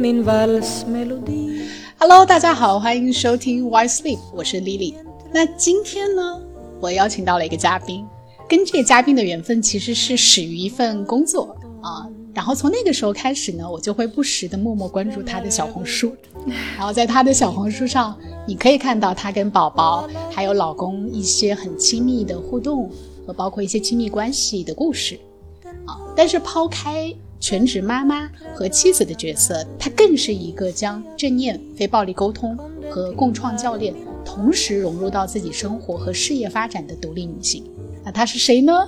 min valsmelodi. Hello， 大家好，欢迎收听 Why Sleep， 我是 Lily。那今天呢，我邀请到了一个嘉宾，跟这个嘉宾的缘分其实是始于一份工作啊。然后从那个时候开始呢，我就会不时的默默关注他的小红书，然后在他的小红书上，你可以看到他跟宝宝还有老公一些很亲密的互动和包括一些亲密关系的故事啊。但是抛开全职妈妈和妻子的角色，她更是一个将正念、非暴力沟通和共创教练同时融入到自己生活和事业发展的独立女性。那她是谁呢？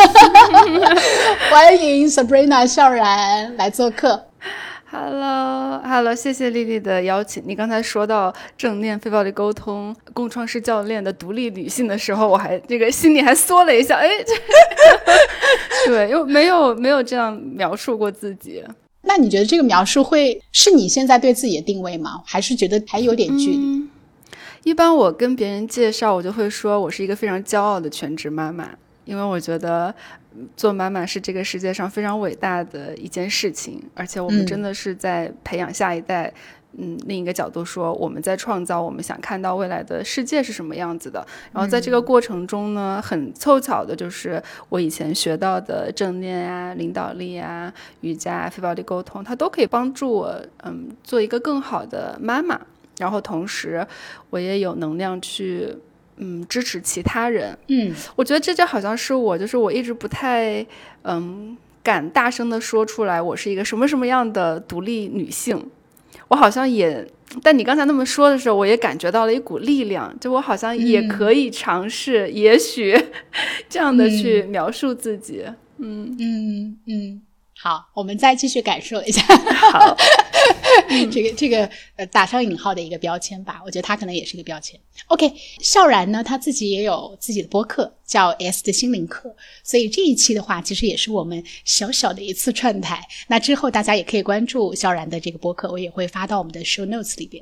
欢迎 Sabrina 笑然来做客。 Hello， 谢谢丽丽的邀请。你刚才说到正念、非暴力沟通、共创式教练的独立女性的时候，我还这个心里还缩了一下，对，因为没有这样描述过自己。 那你觉得这个描述是你现在对自己的定位吗？还是觉得还有点距离？ 一般我跟别人介绍，我就会说我是一个非常骄傲的全职妈妈，因为我觉得做妈妈是这个世界上非常伟大的一件事情，而且我们真的是在培养下一代。另一个角度说，我们在创造我们想看到未来的世界是什么样子的。然后在这个过程中呢，很凑巧的就是我以前学到的正念啊、领导力啊、瑜伽、非暴力沟通，它都可以帮助我做一个更好的妈妈。然后同时我也有能量去支持其他人。我觉得这好像是我就是我一直不太敢大声的说出来我是一个什么什么样的独立女性。我好像也，但你刚才那么说的时候，我也感觉到了一股力量，就我好像也可以尝试也许这样的去描述自己。 好，我们再继续感受一下。 好， 这个打上引号的一个标签吧，我觉得它可能也是一个标签。OK， 笑然呢，他自己也有自己的播客，叫 S 的心灵课，所以这一期的话，其实也是我们小小的一次串台。那之后大家也可以关注笑然的这个播客，我也会发到我们的 show notes 里边。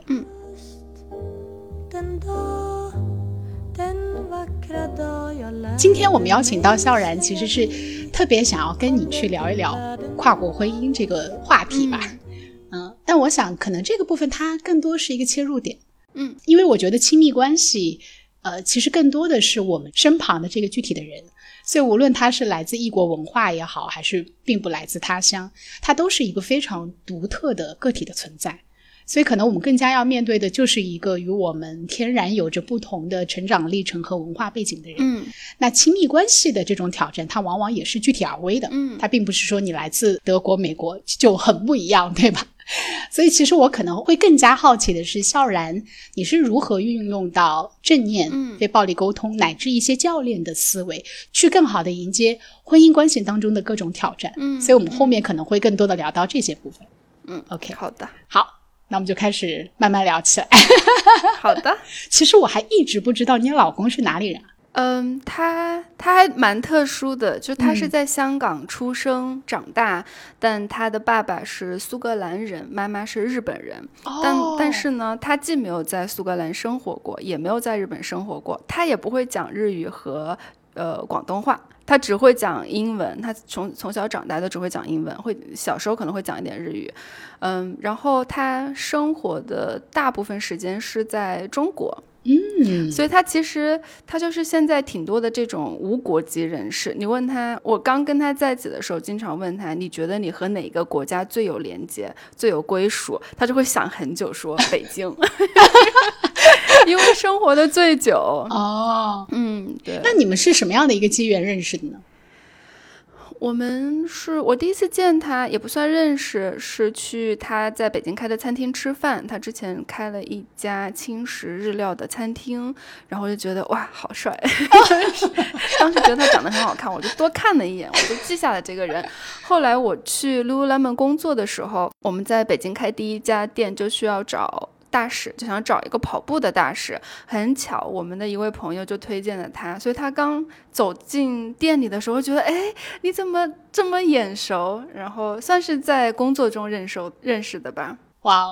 今天我们邀请到笑然，其实是特别想要跟你去聊一聊跨国婚姻这个话题吧。但我想可能这个部分它更多是一个切入点。因为我觉得亲密关系其实更多的是我们身旁的这个具体的人，所以无论他是来自异国文化也好，还是并不来自他乡，他都是一个非常独特的个体的存在。所以可能我们更加要面对的就是一个与我们天然有着不同的成长历程和文化背景的人。那亲密关系的这种挑战，它往往也是具体而微的。它并不是说你来自德国、美国就很不一样，对吧？所以其实我可能会更加好奇的是，笑然你是如何运用到正念、非暴力沟通乃至一些教练的思维，去更好的迎接婚姻关系当中的各种挑战。所以我们后面可能会更多的聊到这些部分。OK， 好的， 好，那我们就开始慢慢聊起来。 好的。 其实我还一直不知道你老公是哪里人啊？ 他还蛮特殊的，就他是在香港出生长大，但他的爸爸是苏格兰人，妈妈是日本人。但是呢，他既没有在苏格兰生活过，也没有在日本生活过，他也不会讲日语和广东话，他只会讲英文。他从小长大都只会讲英文，小时候可能会讲一点日语。然后他生活的大部分时间是在中国。所以他其实他就是现在挺多的这种无国籍人士。你问他，我刚跟他在一起的时候经常问他，你觉得你和哪个国家最有连接最有归属，他就会想很久说北京。因为生活的最久。对。 那你们是什么样的一个机缘认识的呢？ 我第一次见他也不算认识，是去他在北京开的餐厅吃饭。他之前开了一家轻食日料的餐厅，然后就觉得哇好帅。当时觉得他长得很好看，我就多看了一眼，我就记下了这个人。后来我去 Lululemon 工作的时候，我们在北京开第一家店就需要找大使，就想找一个跑步的大使。很巧我们的一位朋友就推荐了他，所以他刚走进店里的时候觉得你怎么这么眼熟，然后算是在工作中认识的吧。 哇，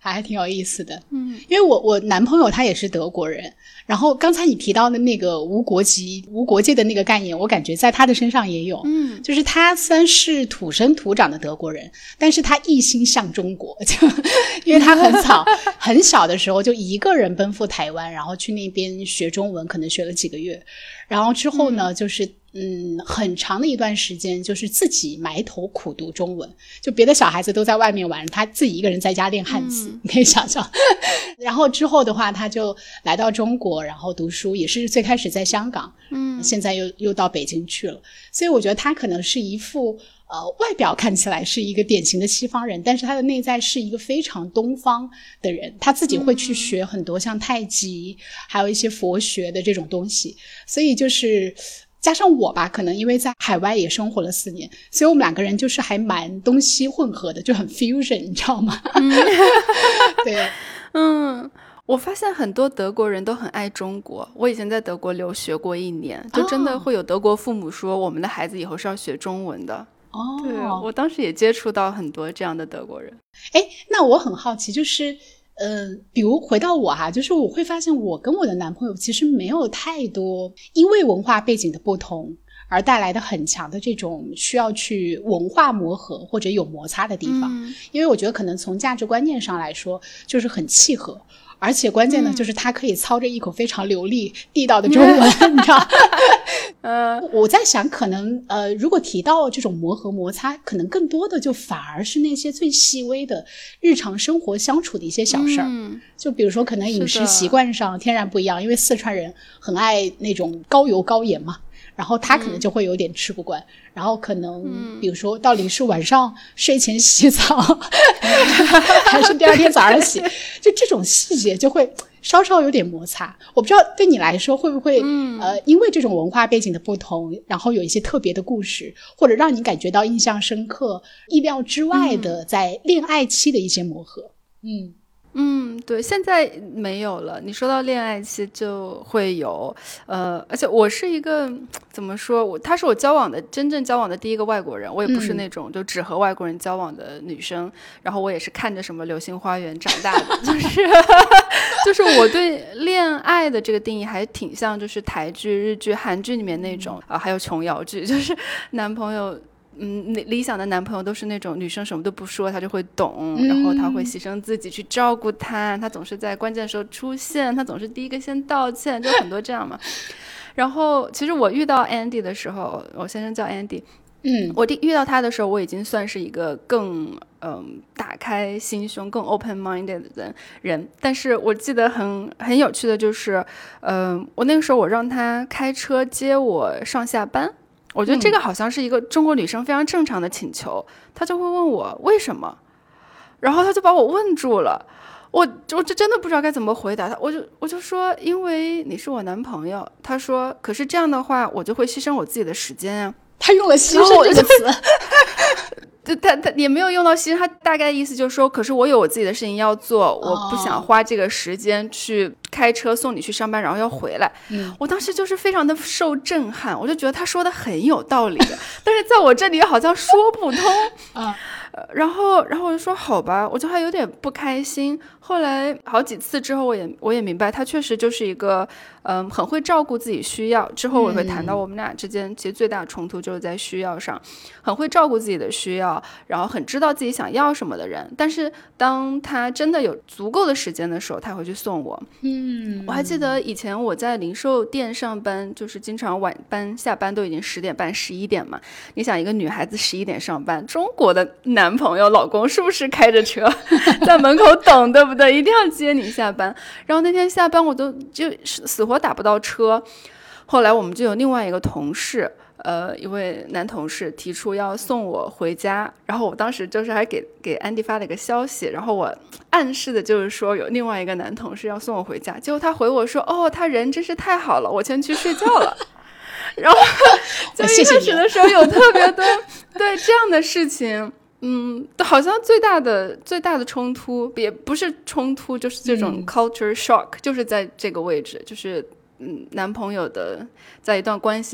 还挺有意思的。因为我男朋友他也是德国人，然后刚才你提到的那个无国籍无国界的那个概念，我感觉在他的身上也有。就是他虽然是土生土长的德国人，但是他一心向中国，就因为他很小的时候就一个人奔赴台湾，然后去那边学中文，可能学了几个月，然后之后呢就是很长的一段时间就是自己埋头苦读中文，就别的小孩子都在外面玩，他自己一个人在家练汉字，你可以想象。然后之后的话他就来到中国，然后读书，也是最开始在香港，现在又到北京去了。所以我觉得他可能是一副外表看起来是一个典型的西方人，但是他的内在是一个非常东方的人，他自己会去学很多像太极还有一些佛学的这种东西。所以就是加上我吧，可能因为在海外也生活了4年，所以我们两个人就是还蛮东西混合的，就很 fusion， 你知道吗？对， 我发现很多德国人都很爱中国。我以前在德国留学过1年，就真的会有德国父母说我们的孩子以后是要学中文的。对，我当时也接触到很多这样的德国人。 那我很好奇，就是比如回到我就是我会发现我跟我的男朋友其实没有太多因为文化背景的不同而带来的很强的这种需要去文化磨合或者有摩擦的地方。因为我觉得可能从价值观念上来说就是很契合，而且关键呢就是他可以操着一口非常流利地道的中文你知道。我在想可能如果提到这种磨合摩擦，可能更多的就反而是那些最细微的日常生活相处的一些小事儿。就比如说可能饮食习惯上天然不一样，因为四川人很爱那种高油高盐嘛，然后他可能就会有点吃不惯，然后可能比如说到底是晚上睡前洗澡还是第二天早上洗，就这种细节就会稍稍有点摩擦。我不知道对你来说会不会因为这种文化背景的不同，然后有一些特别的故事，或者让你感觉到印象深刻意料之外的在恋爱期的一些磨合。 对，现在没有了。你说到恋爱期就会有，而且我是一个怎么说，他是我真正交往的第一个外国人，我也不是那种就只和外国人交往的女生，然后我也是看着什么流星花园长大的，就是我对恋爱的这个定义还挺像就是台剧、日剧、韩剧里面那种还有琼瑶剧，就是男朋友理想的男朋友都是那种女生什么都不说他就会懂，然后他会牺牲自己去照顾他总是在关键时候出现，他总是第一个先道歉，就很多这样嘛。然后其实我遇到 Andy 的时候，我先生叫 Andy，我遇到他的时候我已经算是一个更打开心胸更 open minded 的人。但是我记得很有趣的就是我那个时候我让他开车接我上下班，我觉得这个好像是一个中国女生非常正常的请求，她就会问我为什么，然后她就把我问住了，我就真的不知道该怎么回答她。我就说因为你是我男朋友。她说可是这样的话我就会牺牲我自己的时间啊。 她用了牺牲这个词他也没有用到牺牲，他大概意思就是说可是我有我自己的事情要做，我不想花这个时间去开车送你去上班然后要回来。我当时就是非常的受震撼，我就觉得他说的很有道理但是在我这里好像说不通然后我就说好吧，我就还有点不开心。后来好几次之后我也明白他确实就是一个很会照顾自己需要，之后我也会谈到我们俩之间其实最大的冲突就是在需要上，很会照顾自己的需要，然后很知道自己想要什么的人。但是当他真的有足够的时间的时候他会去送我。我还记得以前我在零售店上班，就是经常晚班下班都已经10点半11点嘛，你想一个女孩子11点上班，中国的男朋友老公是不是开着车在门口等对不对，一定要接你下班。然后那天下班我就死活打不到车，后来我们就有另外一个同事一位男同事提出要送我回家，然后我当时就是还给安迪发了一个消息，然后我暗示的就是说有另外一个男同事要送我回家，结果他回我说他人真是太好了，我先去睡觉了然后就一开始的时候有特别多对这样的事情好像最大的冲突也不是冲突，就是这种 culture shock，就是在这个位置，就是男朋友的在一段关系里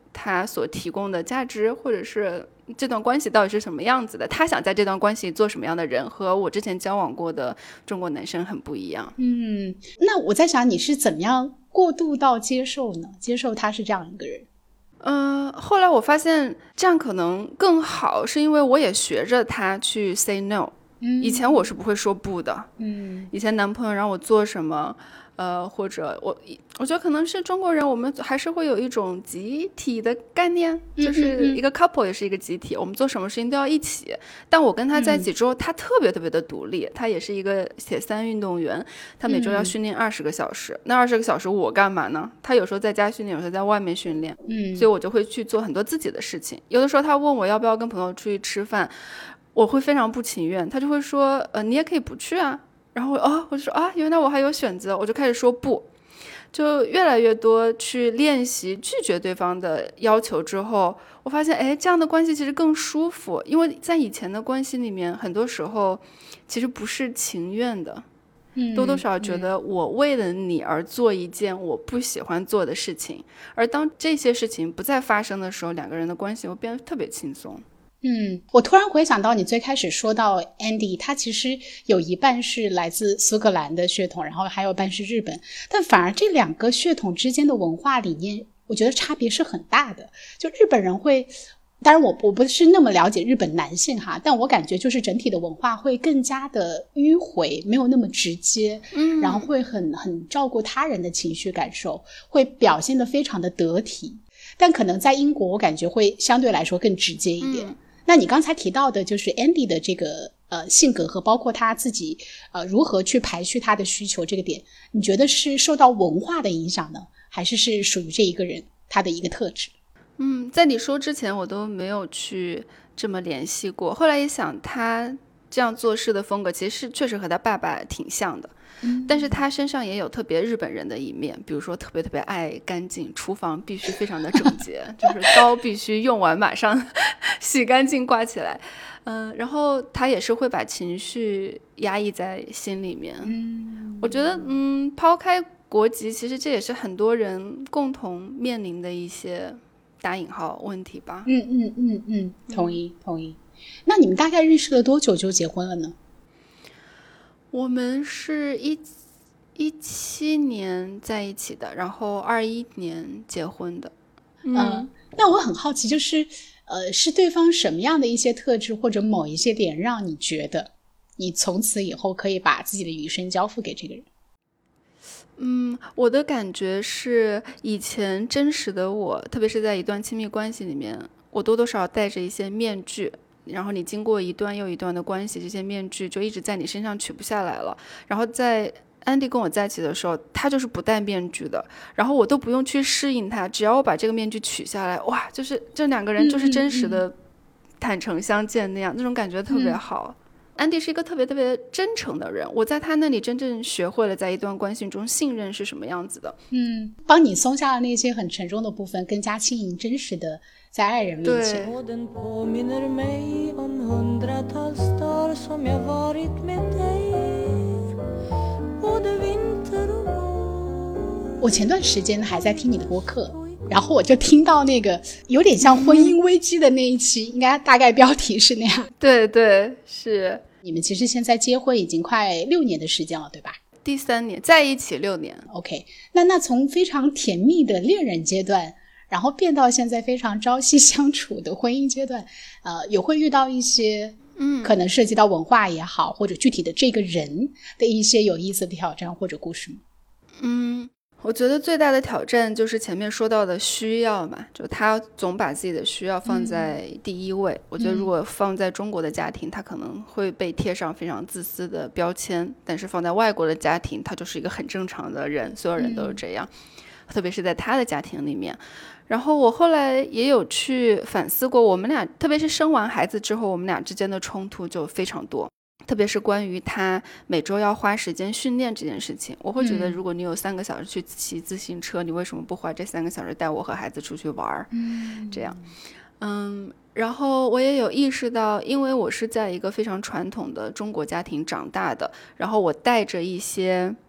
他所提供的价值，或者是这段关系到底是什么样子的，他想在这段关系做什么样的人，和我之前交往过的中国男生很不一样。 那我在想你是怎么样过渡到接受呢？接受他是这样一个人。 后来我发现这样可能更好，是因为我也学着他去 say no。以前我是不会说不的。以前男朋友让我做什么，或者我觉得可能是中国人，我们还是会有一种集体的概念，就是一个 couple 也是一个集体，我们做什么事情都要一起。但我跟他在一起之后，他特别特别的独立，他也是一个铁三运动员，他每周要训练20个小时。那20个小时我干嘛呢？他有时候在家训练，有时候在外面训练。所以我就会去做很多自己的事情。有的时候他问我要不要跟朋友出去吃饭，我会非常不情愿，他就会说你也可以不去啊。然后我就说原来我还有选择，我就开始说不，就越来越多去练习拒绝对方的要求之后，我发现这样的关系其实更舒服。因为在以前的关系里面，很多时候其实不是情愿的，多多少少觉得我为了你而做一件我不喜欢做的事情，而当这些事情不再发生的时候，两个人的关系会变得特别轻松。 我突然回想到你最开始说到 Andy， 他其实有一半是来自苏格兰的血统，然后还有一半是日本，但反而这两个血统之间的文化理念我觉得差别是很大的。就日本人会，当然我不是那么了解日本男性哈，但我感觉就是整体的文化会更加的迂回，没有那么直接，然后会很照顾他人的情绪感受，会表现得非常的得体。但可能在英国我感觉会相对来说更直接一点。那你刚才提到的就是 Andy 的这个性格和包括他自己如何去排序他的需求这个点，你觉得是受到文化的影响呢，还是属于这一个人他的一个特质？ 在你说之前我都没有去这么联系过，后来一想他这样做事的风格其实确实和他爸爸挺像的，但是他身上也有特别日本人的一面，比如说特别特别爱干净，厨房必须非常的整洁就是刀必须用完马上洗干净挂起来。然后他也是会把情绪压抑在心里面。我觉得抛开国籍，其实这也是很多人共同面临的一些打引号问题吧。 同意。那你们大概认识了多久就结婚了呢？ 我们是17年在一起的，然后21年结婚的。 那我很好奇，就是是对方什么样的一些特质或者某一些点让你觉得你从此以后可以把自己的余生交付给这个人？ 我的感觉是以前真实的我，特别是在一段亲密关系里面，我多多少少带着一些面具，然后你经过一段又一段的关系，这些面具就一直在你身上取不下来了。然后在安迪跟我在一起的时候，他就是不戴面具的，然后我都不用去适应他，只要我把这个面具取下来，哇，就是这两个人就是真实的坦诚相见那样，那种感觉特别好。安迪是一个特别特别真诚的人，我在他那里真正学会了在一段关系中信任是什么样子的。 帮你松下了那些很沉重的部分，更加轻盈真实的在爱人面前。我前段时间还在听你的播客，然后我就听到那个有点像婚姻危机的那一期，应该大概标题是那样。 对，是。 你们其实现在结婚已经快6年的时间了，对吧？ 第3年，在一起6年。 OK， 那从非常甜蜜的恋人阶段，然后变到现在非常朝夕相处的婚姻阶段，有会遇到一些可能涉及到文化也好，或者具体的这个人的一些有意思的挑战或者故事吗？ 我觉得最大的挑战就是前面说到的需要嘛，就他总把自己的需要放在第一位。我觉得如果放在中国的家庭，他可能会被贴上非常自私的标签，但是放在外国的家庭，他就是一个很正常的人，所有人都是这样，特别是在他的家庭里面。然后我后来也有去反思过，我们俩特别是生完孩子之后，我们俩之间的冲突就非常多，特别是关于他每周要花时间训练这件事情。我会觉得如果你有3个小时去骑自行车，你为什么不花这3个小时带我和孩子出去玩？这样。然后我也有意识到，因为我是在一个非常传统的中国家庭长大的，然后我带着一些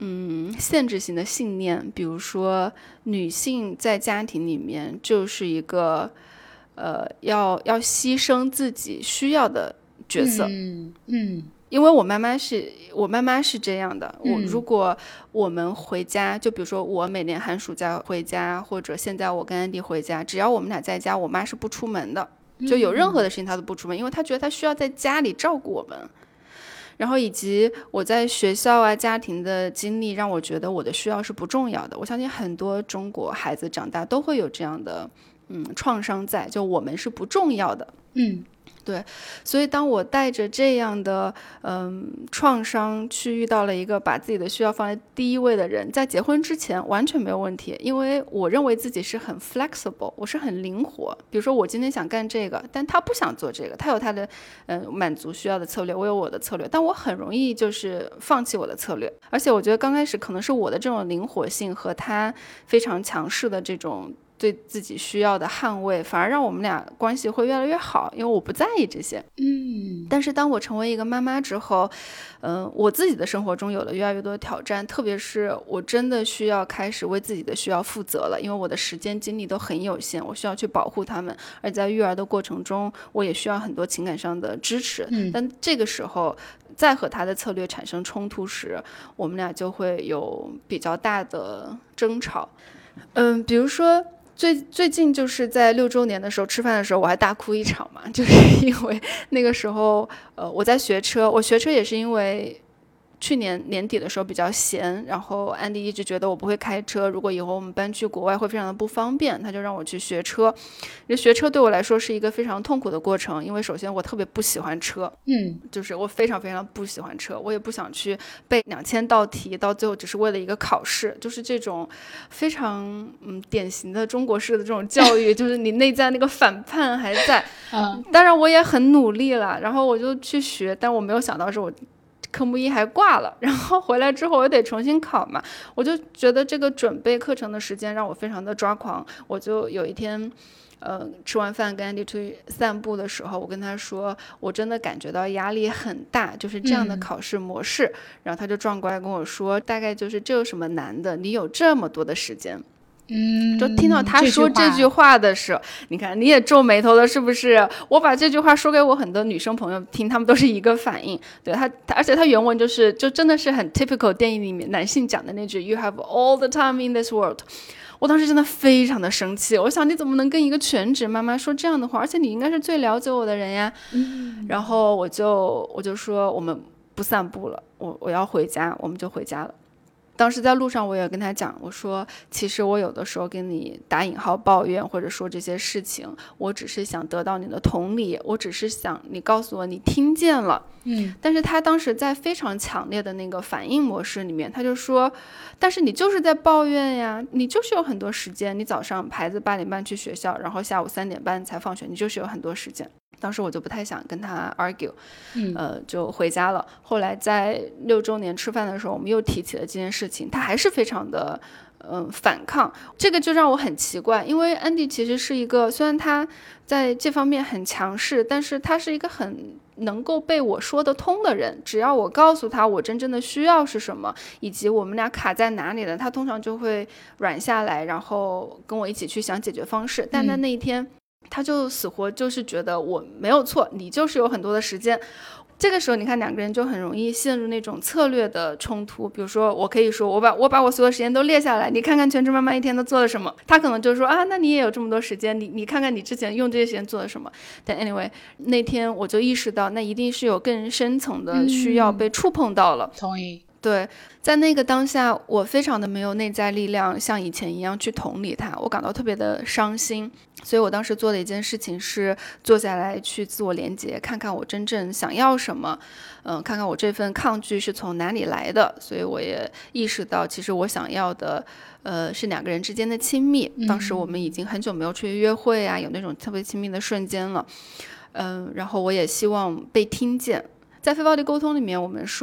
限制性的信念，比如说女性在家庭里面就是一个要牺牲自己需要的角色。因为我妈妈是这样的，如果我们回家，就比如说我每年寒暑假回家，或者现在我跟安迪回家，只要我们俩在家，我妈是不出门的，就有任何的事情她都不出门，因为她觉得她需要在家里照顾我们。然后以及我在学校啊家庭的经历让我觉得我的需要是不重要的。我相信很多中国孩子长大都会有这样的创伤在，就我们是不重要的。对，所以当我带着这样的创伤去遇到了一个把自己的需要放在第一位的人，在结婚之前完全没有问题，因为我认为自己是很 flexible， 我是很灵活。比如说我今天想干这个，但他不想做这个，他有他的满足需要的策略，我有我的策略，但我很容易就是放弃我的策略。而且我觉得刚开始可能是我的这种灵活性和他非常强势的这种对自己需要的捍卫，反而让我们俩关系会越来越好，因为我不在意这些。但是当我成为一个妈妈之后，我自己的生活中有了越来越多的挑战，特别是我真的需要开始为自己的需要负责了，因为我的时间精力都很有限，我需要去保护他们，而在育儿的过程中我也需要很多情感上的支持。但这个时候再和他的策略产生冲突时，我们俩就会有比较大的争吵。比如说最近就是在6周年的时候吃饭的时候，我还大哭一场嘛，就是因为那个时候我在学车，我学车也是因为去年年底的时候比较闲，然后安迪一直觉得我不会开车，如果以后我们搬去国外会非常的不方便，他就让我去学车。学车对我来说是一个非常痛苦的过程，因为首先我特别不喜欢车，就是我非常非常不喜欢车，我也不想去背2000道题，到最后只是为了一个考试，就是这种非常典型的中国式的这种教育，就是你内在那个反叛还在。当然我也很努力了，然后我就去学，但我没有想到是我科目1还挂了，然后回来之后我得重新考嘛，我就觉得这个准备课程的时间让我非常的抓狂。我就有一天吃完饭跟 Andy 出去散步的时候，我跟他说我真的感觉到压力很大，就是这样的考试模式。然后他就转过来跟我说，大概就是这有什么难的，你有这么多的时间。就听到他说这句话的时候，你看你也皱眉头了是不是？我把这句话说给我很多女生朋友听，他们都是一个反应。对他而且他原文就真的是很 typical 电影里面男性讲的那句 You have all the time in this world。我当时真的非常的生气，我想你怎么能跟一个全职妈妈说这样的话，而且你应该是最了解我的人呀。然后我就说我们不散步了，我要回家，我们就回家了。当时在路上我也跟他讲，我说其实我有的时候跟你打引号抱怨或者说这些事情，我只是想得到你的同理，我只是想你告诉我你听见了。但是他当时在非常强烈的那个反应模式里面，他就说但是你就是在抱怨呀，你就是有很多时间，你早上孩子8点半去学校，然后下午3点半才放学，你就是有很多时间。当时我就不太想跟他 argue，就回家了。后来在6周年吃饭的时候，我们又提起了这件事情，他还是非常的反抗。这个就让我很奇怪，因为安迪其实是一个虽然他在这方面很强势，但是他是一个很能够被我说得通的人。只要我告诉他我真正的需要是什么，以及我们俩卡在哪里了，他通常就会软下来，然后跟我一起去想解决方式。但那一天他就死活就是觉得我没有错，你就是有很多的时间。这个时候你看两个人就很容易陷入那种策略的冲突。比如说我可以说我把我所有时间都列下来，你看看全职妈妈一天都做了什么。他可能就说啊，那你也有这么多时间，你看看你之前用这些时间做了什么。但 anyway 那天我就意识到那一定是有更深层的需要被触碰到了。 同意。 对，在那个当下我非常的没有内在力量像以前一样去同理他，我感到特别的伤心。所以我当时做的一件事情是坐下来去自我连接，看看我真正想要什么，看看我这份抗拒是从哪里来的。所以我也意识到其实我想要的是两个人之间的亲密。当时我们已经很久没有出去约会啊，有那种特别亲密的瞬间了。然后我也希望被听见。在非暴力沟通里面我们说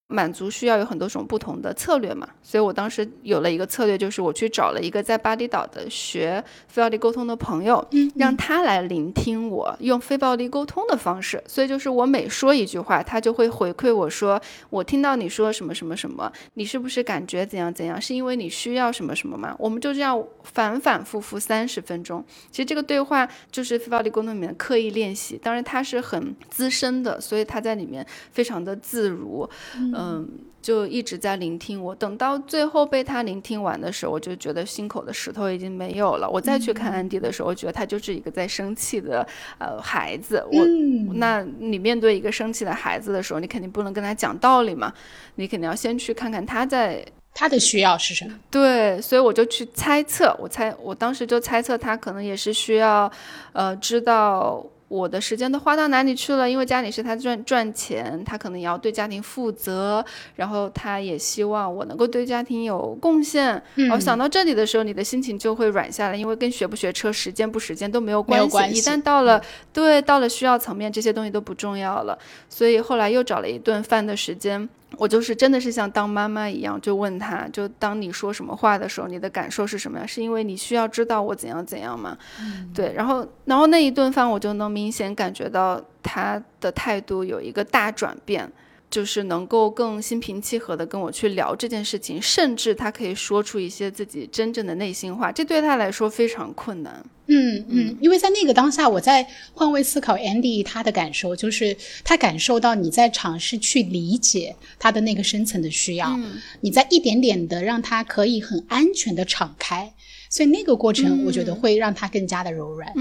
满足需要有很多种不同的策略嘛，所以我当时有了一个策略，就是我去找了一个在巴厘岛的学非暴力沟通的朋友，让他来聆听我用非暴力沟通的方式。所以就是我每说一句话，他就会回馈我说，我听到你说什么什么什么，你是不是感觉怎样怎样，是因为你需要什么什么吗？我们就这样反反复复30分钟。其实这个对话就是非暴力沟通里面刻意练习，当然他是很资深的，所以他在里面非常的自如，就一直在聆听我。等到最后被他聆听完的时候，我就觉得心口的石头已经没有了。我再去看安迪的时候，我觉得他就是一个在生气的孩子。那你面对一个生气的孩子的时候，你肯定不能跟他讲道理嘛，你肯定要先去看看他的需要是什么。 对，所以我就去猜测，我当时就猜测他可能也是需要知道我的时间都花到哪里去了，因为家里是他赚钱，他可能也要对家庭负责，然后他也希望我能够对家庭有贡献。想到这里的时候，你的心情就会软下来，因为跟学不学车、时间不时间都没有关系。一旦到了需要层面，这些东西都不重要了。所以后来又找了一顿饭的时间，我就是真的是像当妈妈一样，就问他，就当你说什么话的时候，你的感受是什么呀？是因为你需要知道我怎样怎样吗？对，然后那一顿饭我就能明显感觉到他的态度有一个大转变，就是能够更心平气和的跟我去聊这件事情，甚至他可以说出一些自己真正的内心话，这对他来说非常困难。 因为在那个当下，我在换位思考 Andy 他的感受，就是他感受到你在尝试去理解他的那个深层的需要，你在一点点的让他可以很安全的敞開，所以那个過程我覺得會讓他更加的柔軟。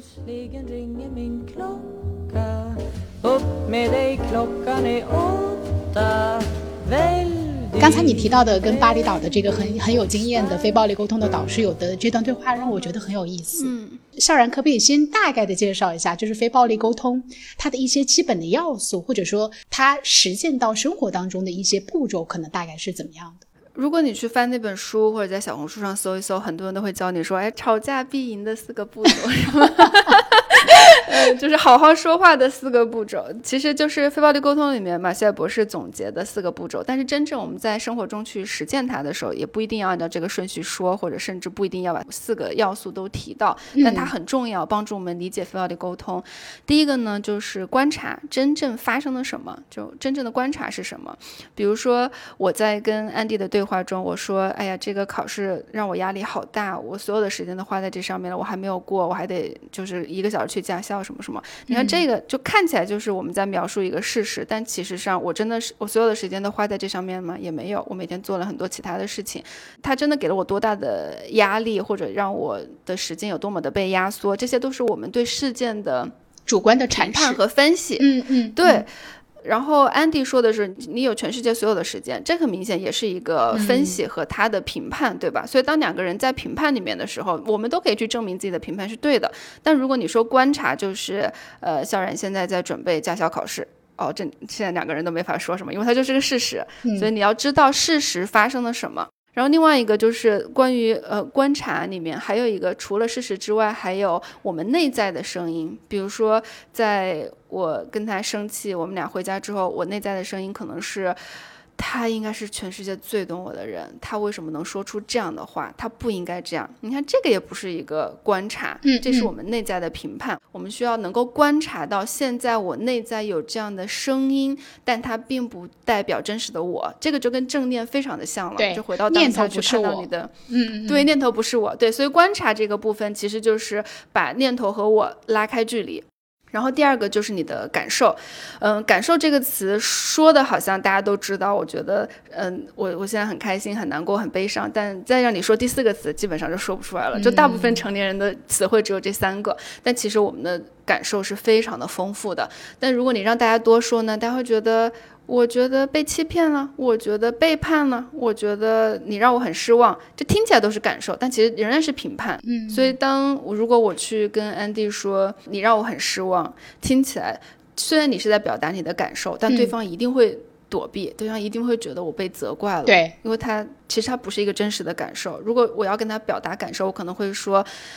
剛才你提到的跟巴厘島的這個很有經驗的非暴力溝通的導師有的這段對話，讓我覺得很有意思。校然可不可以先大概的介紹一下，就是非暴力溝通它的一些基本的要素，或者說它實踐到生活當中的一些步驟可能大概是怎麼樣的？ 如果你去翻那本書，或者在小红書上搜一搜，很多人都会教你說，吵架必贏的4個步驟是嗎？就是好好說話的4個步驟，其實就是非暴力溝通裡面馬歇爾博士總結的4個步驟，但是真正我們在生活中去實踐它的時候，也不一定要按照這個順序說，或者甚至不一定要把4個要素都提到，但它很重要，幫助我們理解非暴力溝通。第一個呢，就是觀察真正發生了什麼，就真正的觀察是什麼。比如說我在跟安迪的對話中，我說哎呀，這個考試讓我壓力好大，我所有的時間都花在這上面了，我還沒有過，我還得就是1個小時去駕校什麼什麼。你看這個就看起來就是我們在描述一個事實，但其實上我真的是我所有的時間都花在這上面嗎？也沒有，我每天做了很多其他的事情。它真的給了我多大的壓力，或者讓我的時間有多麼的被壓縮，這些都是我們對事件的主觀的闡釋和分析。對。然後安迪說的是你有全世界所有的時間，這很明顯也是一個分析和他的評判，對吧？所以當兩個人在評判裡面的時候，我們都可以去證明自己的評判是對的。但如果你說觀察，就是校然現在在準備駕校考試，這現在兩個人都沒法說什麼，因為它就是個事實，所以你要知道事實發生了什麼。然後另外一個就是關於觀察裡面還有一個除了事實之外還有我們內在的聲音，比如說在我跟他生氣，我們倆回家之後，我內在的聲音可能是他應該是全世界最懂我的人，他為什麼能說出這樣的話，他不應該這樣。你看這個也不是一個觀察，這是我們內在的評判。我們需要能夠觀察到現在我內在有這樣的聲音，但它並不代表真實的我，這個就跟正念非常的像了，就回到當下去看到你的對，念頭不是我，對，所以觀察這個部分其實就是把念頭和我拉開距離。然後第二個就是你的感受，感受這個詞說的好像大家都知道，我覺得我現在很開心很難過很悲傷，但再讓你說第4個詞基本上就說不出來了，就大部分成年人的詞彙只有這3個，但其實我們的感受是非常的豐富的。但如果你讓大家多說呢，大家會覺得我覺得被欺騙了，我覺得背叛了，我覺得你讓我很失望，這聽起來都是感受，但其實仍然是評判。所以如果我去跟安迪說你讓我很失望，聽起來雖然你是在表達你的感受，但對方一定會躲避，對方一定會覺得我被責怪了。對，因為其實它不是一個真實的感受。如果我要跟他表達感受，我可能會說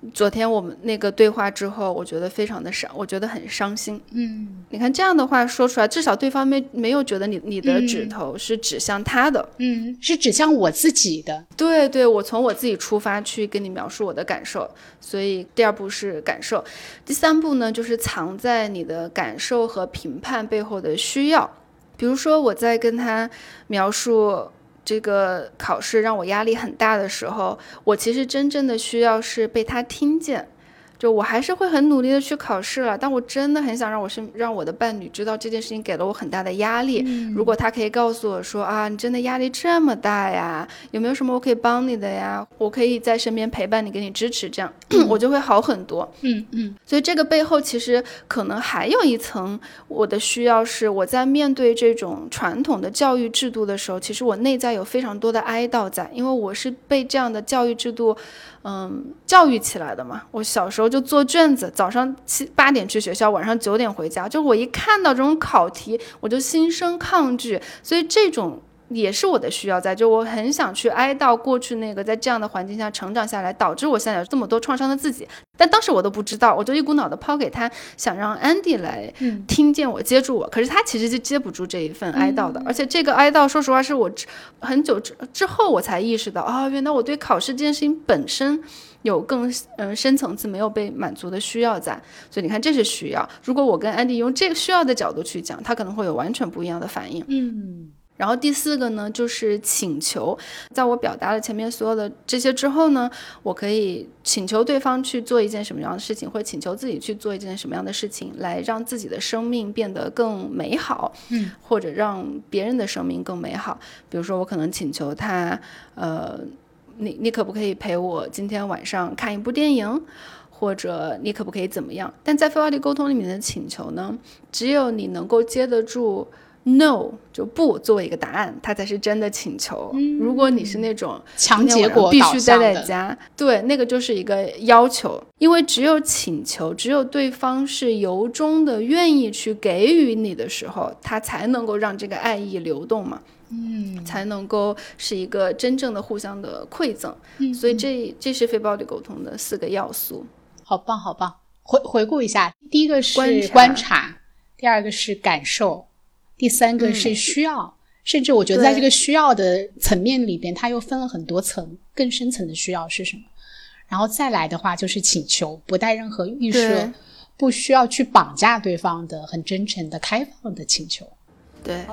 昨天我们那个对话之后，我觉得非常的伤，我觉得很伤心。你看这样的话说出来，至少对方没有觉得你的指头是指向他的， 是指向我自己的。 对对，我从我自己出发去跟你描述我的感受。所以第二步是感受，第三步呢，就是藏在你的感受和评判背后的需要。比如说我在跟他描述这个考试让我压力很大的时候，我其实真正的需要是被他听见。就我还是会很努力的去考试了，但我真的很想让我的伴侣知道这件事情给了我很大的压力。如果他可以告诉我说啊，你真的压力这么大呀，有没有什么我可以帮你的呀，我可以在身边陪伴你，给你支持，这样我就会好很多。所以这个背后其实可能还有一层我的需要是，我在面对这种传统的教育制度的时候，其实我内在有非常多的哀悼在，因为我是被这样的教育制度教育起来的嘛。我小时候就做卷子，早上8点去学校，晚上9点回家，就我一看到这种考题我就心生抗拒，所以这种也是我的需要在，就我很想去哀悼过去那个在这样的环境下成长下来，导致我现在有这么多创伤的自己。但当时我都不知道，我就一股脑的抛给他，想让 Andy 来听见我，接住我。可是他其实就接不住这一份哀悼的，而且这个哀悼说实话是我很久之后我才意识到，原来我对考试这件事情本身有更深层次没有被满足的需要在。所以你看这是需要，如果我跟 Andy 用这个需要的角度去讲，他可能会有完全不一样的反应。然后第4个呢，就是请求。在我表达了前面所有的这些之后呢，我可以请求对方去做一件什么样的事情，或者请求自己去做一件什么样的事情，来让自己的生命变得更美好，或者让别人的生命更美好。比如说我可能请求他你可不可以陪我今天晚上看一部电影，或者你可不可以怎么样。但在非暴力沟通里面的请求呢，只有你能够接得住no 就不作为一个答案，它才是真的请求。如果你是那种强结果必须待在家，对，那个就是一个要求。因为只有请求，只有对方是由衷的愿意去给予你的时候，他才能够让这个爱意流动嘛，才能够是一个真正的互相的馈赠。所以这是非暴力沟通的4个要素。 好棒好棒。回顾一下，第一个是观察，第2个是感受，第3个是需要，甚至我觉得在这个需要的层面里边，它又分了很多层，更深层的需要是什么。然后再来的话就是请求，不带任何预设，不需要去绑架对方的，很真诚的开放的请求。 对。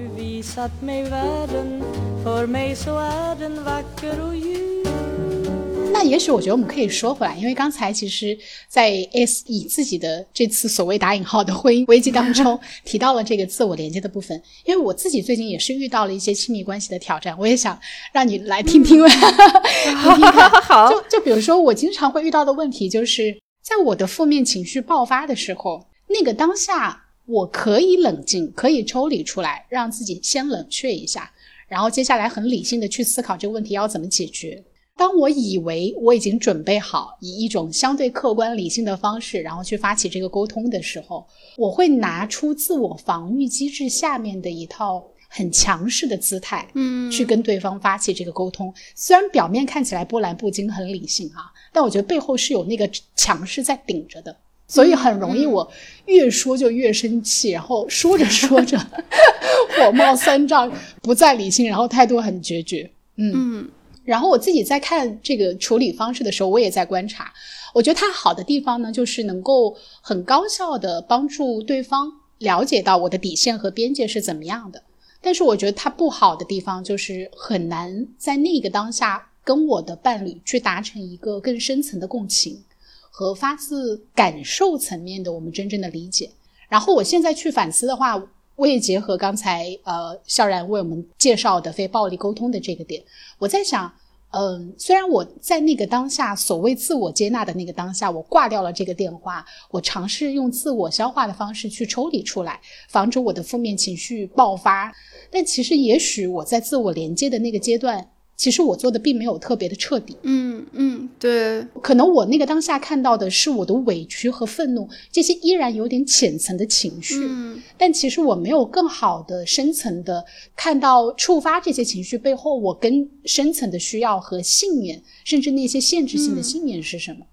那也许我觉得我们可以说回来，因为刚才其实在 S 以自己的这次所谓打引号的婚姻危机当中提到了这个自我连接的部分。因为我自己最近也是遇到了一些亲密关系的挑战，我也想让你来听听好， 就比如说我经常会遇到的问题，就是在我的负面情绪爆发的时候，那个当下我可以冷静，可以抽离出来，让自己先冷却一下，然后接下来很理性的去思考这个问题要怎么解决。当我以为我已经准备好以一种相对客观理性的方式然后去发起这个沟通的时候，我会拿出自我防御机制下面的一套很强势的姿态去跟对方发起这个沟通。虽然表面看起来波澜不惊很理性但我觉得背后是有那个强势在顶着的，所以很容易我越说就越生气，然后说着说着火冒三丈，不再理性，然后态度很决绝。然后我自己在看这个处理方式的时候，我也在观察，我觉得它好的地方呢，就是能够很高效的帮助对方了解到我的底线和边界是怎么样的。但是我觉得它不好的地方就是很难在那个当下跟我的伴侣去达成一个更深层的共情和发自感受层面的我们真正的理解。然后我现在去反思的话，我也结合刚才笑然为我们介绍的非暴力沟通的这个点，我在想虽然我在那个当下所谓自我接纳的那个当下，我挂掉了这个电话，我尝试用自我消化的方式去抽离出来，防止我的负面情绪爆发，但其实也许我在自我连接的那个阶段，其实我做的并没有特别的彻底。 对， 可能我那个当下看到的是我的委屈和愤怒，这些依然有点浅层的情绪，但其实我没有更好的深层的看到触发这些情绪背后我跟深层的需要和信念，甚至那些限制性的信念是什么。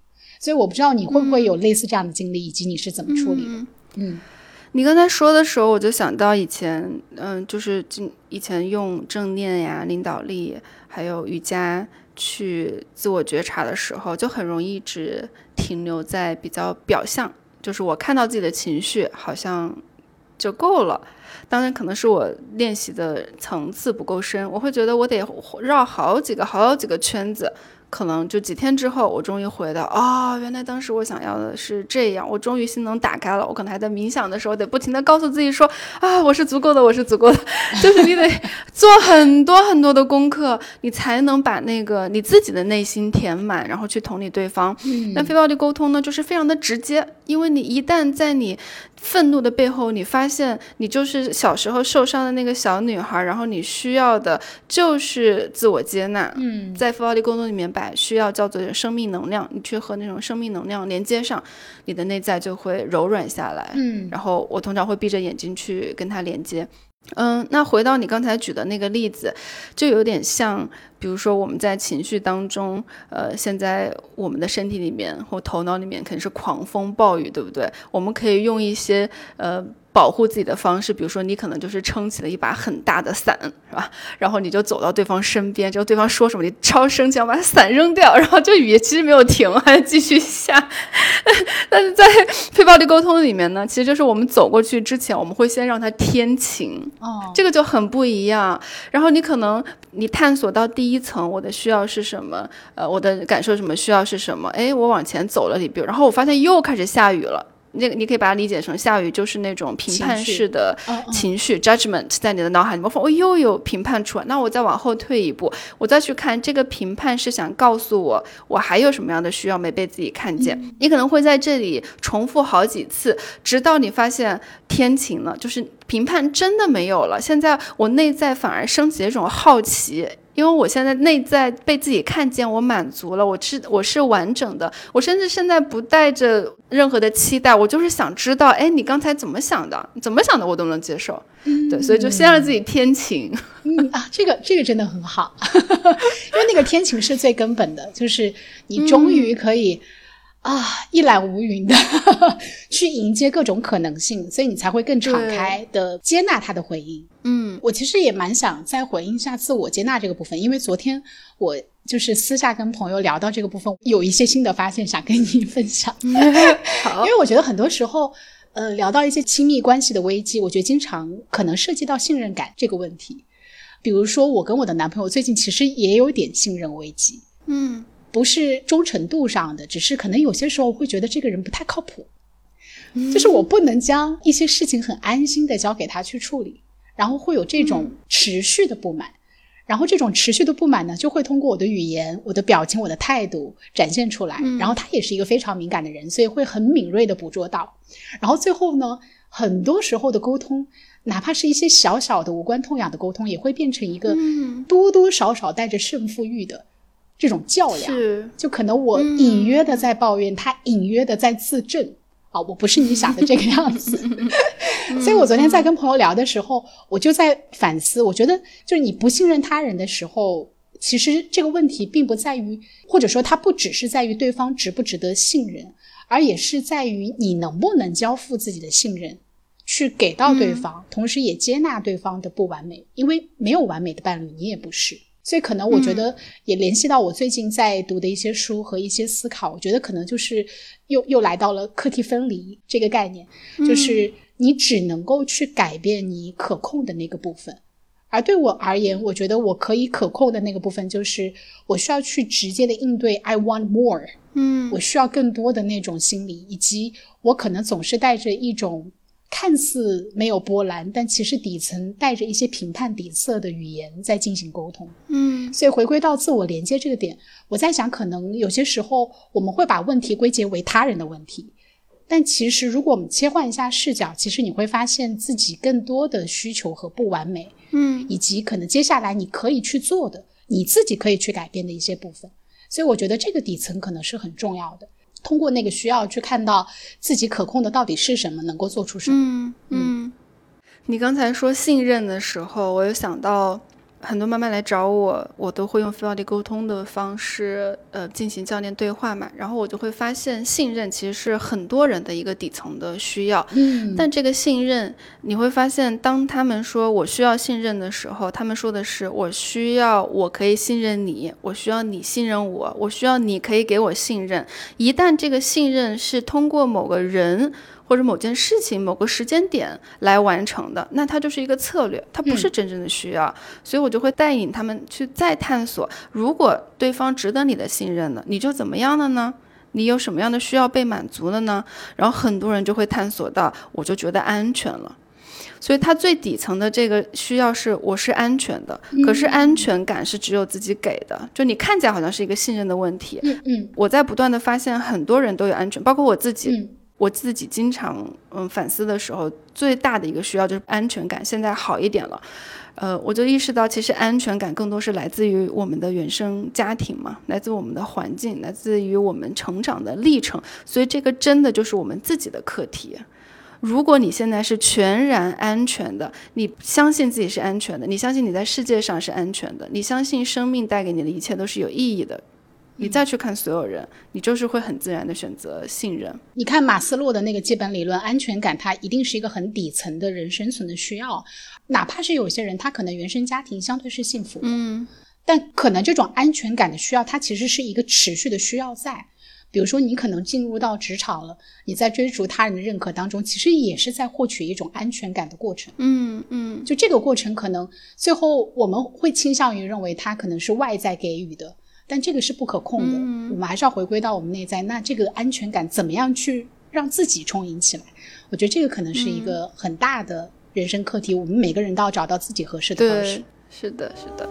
所以我不知道你会不会有类似这样的经历，以及你是怎么处理的。 你刚才说的时候，我就想到以前，就是以前用正念呀、领导力，还有瑜伽去自我觉察的时候，就很容易只停留在比较表象，就是我看到自己的情绪好像就够了。当然可能是我练习的层次不够深，我会觉得我得绕好几个圈子，可能就几天之后我终于回到原来当时我想要的是这样，我终于心能打开了。我可能还在冥想的时候得不停地告诉自己说我是足够的，我是足够的就是你得做很多很多的功课，你才能把那个你自己的内心填满，然后去同理对方。那非暴力沟通呢，就是非常的直接，因为你一旦在你愤怒的背后，你发现你就是小时候受伤的那个小女孩，然后你需要的就是自我接纳。在非暴力沟通里面把需要叫做生命能量，你去和那种生命能量连接上，你的内在就会柔软下来。然后我通常会闭着眼睛去跟它连接。那回到你刚才举的那个例子，就有点像比如说我们在情绪当中现在我们的身体里面或头脑里面肯定是狂风暴雨，对不对？我们可以用一些保护自己的方式，比如说你可能就是撑起了一把很大的伞，是吧？然后你就走到对方身边，之后对方说什么你超生气，要把伞扔掉，然后这雨其实没有停，还继续下。但是在非暴力沟通里面呢，其实就是我们走过去之前，我们会先让它天晴。这个就很不一样。然后你可能你探索到第一层，我的需要是什么，我的感受什么，需要是什么，我往前走了比如，然后我发现又开始下雨了。你可以把它理解成下雨就是那种评判式的情绪 judgment 在你的脑海里面，我又有评判出来，那我再往后退一步，我再去看这个评判是想告诉我还有什么样的需要没被自己看见。你可能会在这里重复好几次，直到你发现天晴了，就是评判真的没有了，现在我内在反而升起一种好奇，因为我现在内在被自己看见，我满足了，我是完整的，我甚至现在不带着任何的期待，我就是想知道你刚才怎么想的我都能接受。对，所以就先让自己天晴。 这个真的很好因为那个天晴是最根本的，就是你终于可以一览无云的去迎接各种可能性，所以你才会更敞开的接纳他的回应。我其实也蛮想再回应一下自我接纳这个部分，因为昨天我就是私下跟朋友聊到这个部分，有一些新的发现想跟你分享好，因为我觉得很多时候聊到一些亲密关系的危机，我觉得经常可能涉及到信任感这个问题。比如说我跟我的男朋友最近其实也有点信任危机，不是忠诚度上的，只是可能有些时候会觉得这个人不太靠谱，就是我不能将一些事情很安心的交给他去处理，然后会有这种持续的不满，然后这种持续的不满呢，就会通过我的语言、我的表情、我的态度展现出来。然后他也是一个非常敏感的人，所以会很敏锐的捕捉到。然后最后呢，很多时候的沟通，哪怕是一些小小的无关痛痒的沟通，也会变成一个多多少少带着胜负欲的这种较量。就可能我隐约的在抱怨，他隐约的在自证我不是你想的这个样子所以我昨天在跟朋友聊的时候，我就在反思，我觉得就是你不信任他人的时候，其实这个问题并不在于，或者说它不只是在于对方值不值得信任，而也是在于你能不能交付自己的信任去给到对方，同时也接纳对方的不完美，因为没有完美的伴侣，你也不是。所以可能我觉得也联系到我最近在读的一些书和一些思考，我觉得可能就是又来到了课题分离这个概念，就是你只能够去改变你可控的那个部分，而对我而言，我觉得我可以可控的那个部分就是我需要去直接的应对 I want more， 我需要更多的那种心理，以及我可能总是带着一种看似没有波澜，但其实底层带着一些评判底色的语言在进行沟通。所以回归到自我连接这个点，我在想可能有些时候我们会把问题归结为他人的问题，但其实如果我们切换一下视角，其实你会发现自己更多的需求和不完美，以及可能接下来你可以去做的，你自己可以去改变的一些部分。所以我觉得这个底层可能是很重要的，通过那个需要去看到自己可控的到底是什么，能够做出什么。 你刚才说信任的时候，我有想到很多妈妈来找我，我都会用非暴力沟通的方式进行教练对话嘛，然后我就会发现信任其实是很多人的一个底层的需要。但这个信任你会发现，当他们说我需要信任的时候，他们说的是我可以信任你，我需要你信任我，我需要你可以给我信任。一旦这个信任是通过某个人或者某件事情某个时间点来完成的，那它就是一个策略，它不是真正的需要。所以我就会带领他们去再探索，如果对方值得你的信任了，你就怎么样了呢？你有什么样的需要被满足了呢？然后很多人就会探索到，我就觉得安全了。所以他最底层的这个需要是我是安全的，可是安全感是只有自己给的，就你看起来好像是一个信任的问题。我在不断的发现很多人都有安全，包括我自己。我自己经常反思的时候，最大的一个需要就是安全感。现在好一点了，我就意识到，其实安全感更多是来自于我们的原生家庭嘛，来自我们的环境，来自于我们成长的历程。所以这个真的就是我们自己的课题。如果你现在是全然安全的，你相信自己是安全的，你相信你在世界上是安全的，你相信生命带给你的一切都是有意义的，你再去看所有人，你就是会很自然的选择信任。 你看马斯洛的那个基本理论，安全感它一定是一个很底层的人生存的需要，哪怕是有些人他可能原生家庭相对是幸福的，但可能这种安全感的需要它其实是一个持续的需要在。比如说你可能进入到职场了，你在追逐他人的认可当中，其实也是在获取一种安全感的过程。就这个过程可能最后我们会倾向于认为它可能是外在给予的，但这个是不可控的，我们还是要回归到我们内在。那这个安全感怎么样去让自己充盈起来？我觉得这个可能是一个很大的人生课题，我们每个人都要找到自己合适的方式。 对，是的，是的。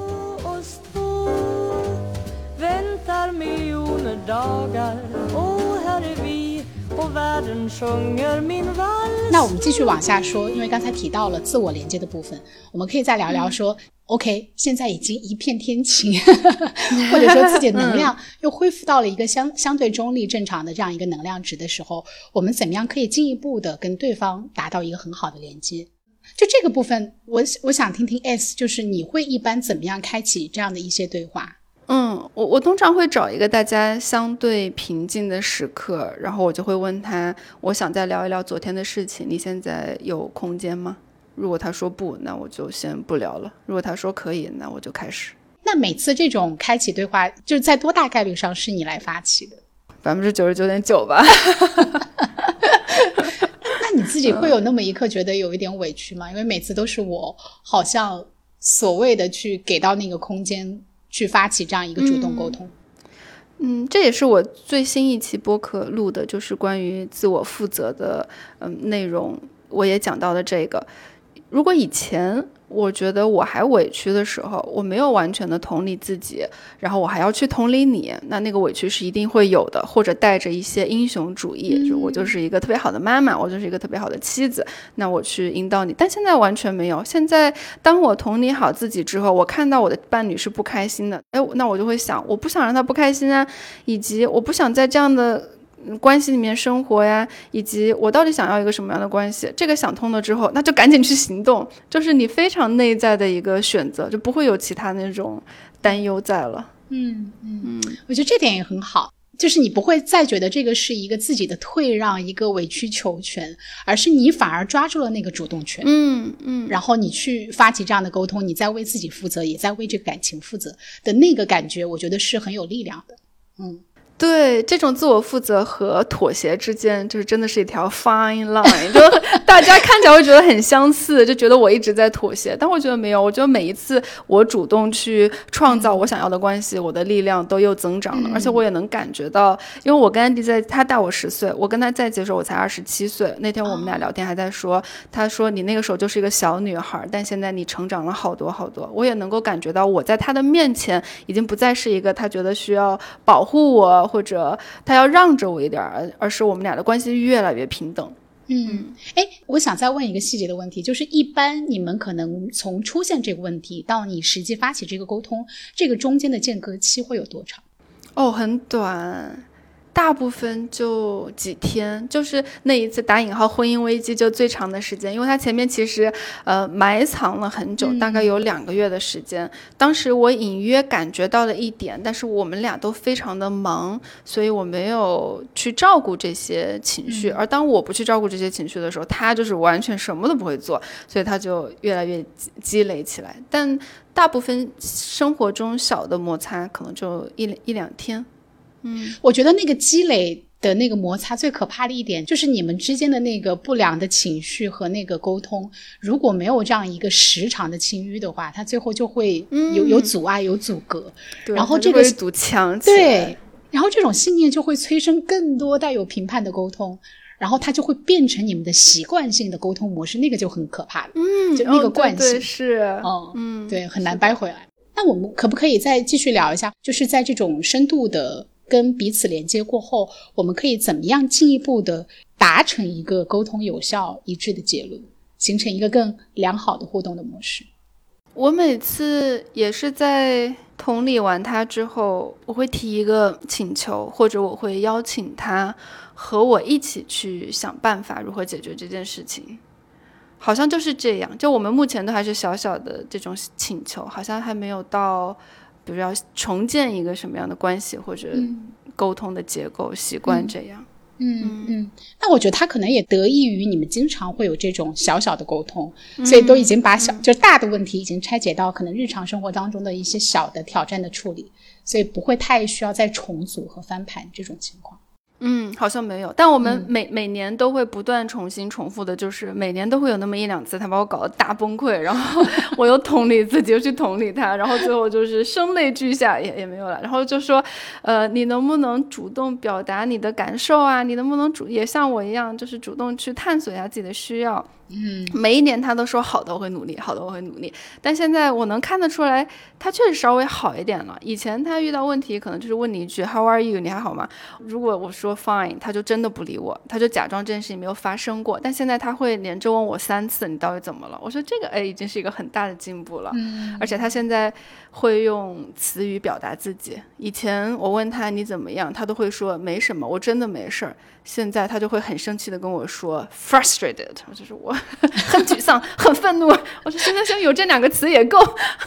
那我们继续往下说，因为刚才提到了自我连接的部分，我们可以再聊聊说OK， 现在已经一片天晴或者说自己的能量又恢复到了一个相对中立正常的这样一个能量值的时候，我们怎么样可以进一步的跟对方达到一个很好的连接？就这个部分我想听听 S， 就是你会一般怎么样开启这样的一些对话？ 我通常会找一个大家相对平静的时刻，然后我就会问他，我想再聊一聊昨天的事情，你现在有空间吗？如果他说不，那我就先不聊了，如果他说可以，那我就开始。 那每次这种开启对话就是在多大概率上是你来发起的 ？99.9%吧。 那你自己会有那么一刻觉得有一点委屈吗？因为每次都是我好像所谓的去给到那个空间去发起这样一个主动沟通。 这也是我最新一期播客录的，就是关于自我负责的内容，我也讲到了这个。如果以前我觉得我还委屈的时候，我没有完全的同理自己，然后我还要去同理你，那个委屈是一定会有的，或者带着一些英雄主义，就我就是一个特别好的妈妈，我就是一个特别好的妻子，那我去引导你。但现在完全没有，现在当我同理好自己之后，我看到我的伴侣是不开心的，那我就会想，我不想让他不开心啊，以及我不想在这样的关系里面生活呀，以及我到底想要一个什么样的关系，这个想通了之后，那就赶紧去行动，就是你非常内在的一个选择，就不会有其他那种担忧在了。 我觉得这点也很好，就是你不会再觉得这个是一个自己的退让，一个委曲求全，而是你反而抓住了那个主动权。然后你去发起这样的沟通，你在为自己负责，也在为这个感情负责的那个感觉，我觉得是很有力量的。 对，这种自我负责和妥协之间就是真的是一条 fine line， 就大家看起来会觉得很相似，就觉得我一直在妥协，但我觉得没有，我觉得每一次我主动去创造我想要的关系，我的力量都又增长了，而且我也能感觉到，因为我跟安迪他大我10岁，我跟他在一起的时候我才27岁，那天我们俩聊天还在说，他说你那个时候就是一个小女孩，但现在你成长了好多好多，我也能够感觉到我在他的面前已经不再是一个他觉得需要保护我或者他要让着我一点，而是我们俩的关系越来越平等。 我想再问一个细节的问题，就是一般你们可能从出现这个问题到你实际发起这个沟通，这个中间的间隔期会有多长？ 很短， 大部分就几天，就是那一次打引号婚姻危机就最长的时间，因为它前面其实埋藏了很久，大概有2个月的时间。当时我隐约感觉到了一点，但是我们俩都非常的忙，所以我没有去照顾这些情绪。而当我不去照顾这些情绪的时候，他就是完全什么都不会做，所以他就越来越积累起来。但大部分生活中小的摩擦可能就一两天。 我觉得那个积累的那个摩擦最可怕的一点就是你们之间的那个不良的情绪和那个沟通，如果没有这样一个时长的清淤的话，它最后就会有阻碍有阻隔，然后这个堵墙起来， 对，然后这种信念就会催生更多带有评判的沟通，然后它就会变成你们的习惯性的沟通模式，那个就很可怕了。就那个惯性， 对，是对，很难掰回来。那我们可不可以再继续聊一下，就是在这种深度的跟彼此连接过后，我们可以怎么样进一步的达成一个沟通有效一致的结论，形成一个更良好的互动的模式？ 我每次也是在同理完他之后，我会提一个请求，或者我会邀请他和我一起去想办法如何解决这件事情。好像就是这样，就我们目前都还是小小的这种请求，好像还没有到比如要重建一个什么样的关系或者沟通的结构习惯这样。 那我觉得他可能也得益于你们经常会有这种小小的沟通，所以都已经把就大的问题已经拆解到可能日常生活当中的一些小的挑战的处理，所以不会太需要再重组和翻盘这种情况。 好像没有，但我们每年都会不断重新重复的，就是每年都会有那么1-2次他把我搞得大崩溃，然后我又同理自己又去同理他，然后最后就是声泪俱下，也没有了，然后就说你能不能主动表达你的感受啊，你能不能也像我一样就是主动去探索一下自己的需要。每一年他都说好的我会努力，好的我会努力，但现在我能看得出来他确实稍微好一点了。以前他遇到问题可能就是问你一句 How are you 你还好吗，如果我说 Fine 他就真的不理我，他就假装这件事情没有发生过。但现在他会连着问我3次你到底怎么了，我说这个已经是一个很大的进步了。而且他现在会用词语表达自己，以前我问他你怎么样，他都会说没什么，我真的没事儿。现在他就会很生气的跟我说 frustrated， 就是我很沮丧很愤怒，我说现在有这2个词也够。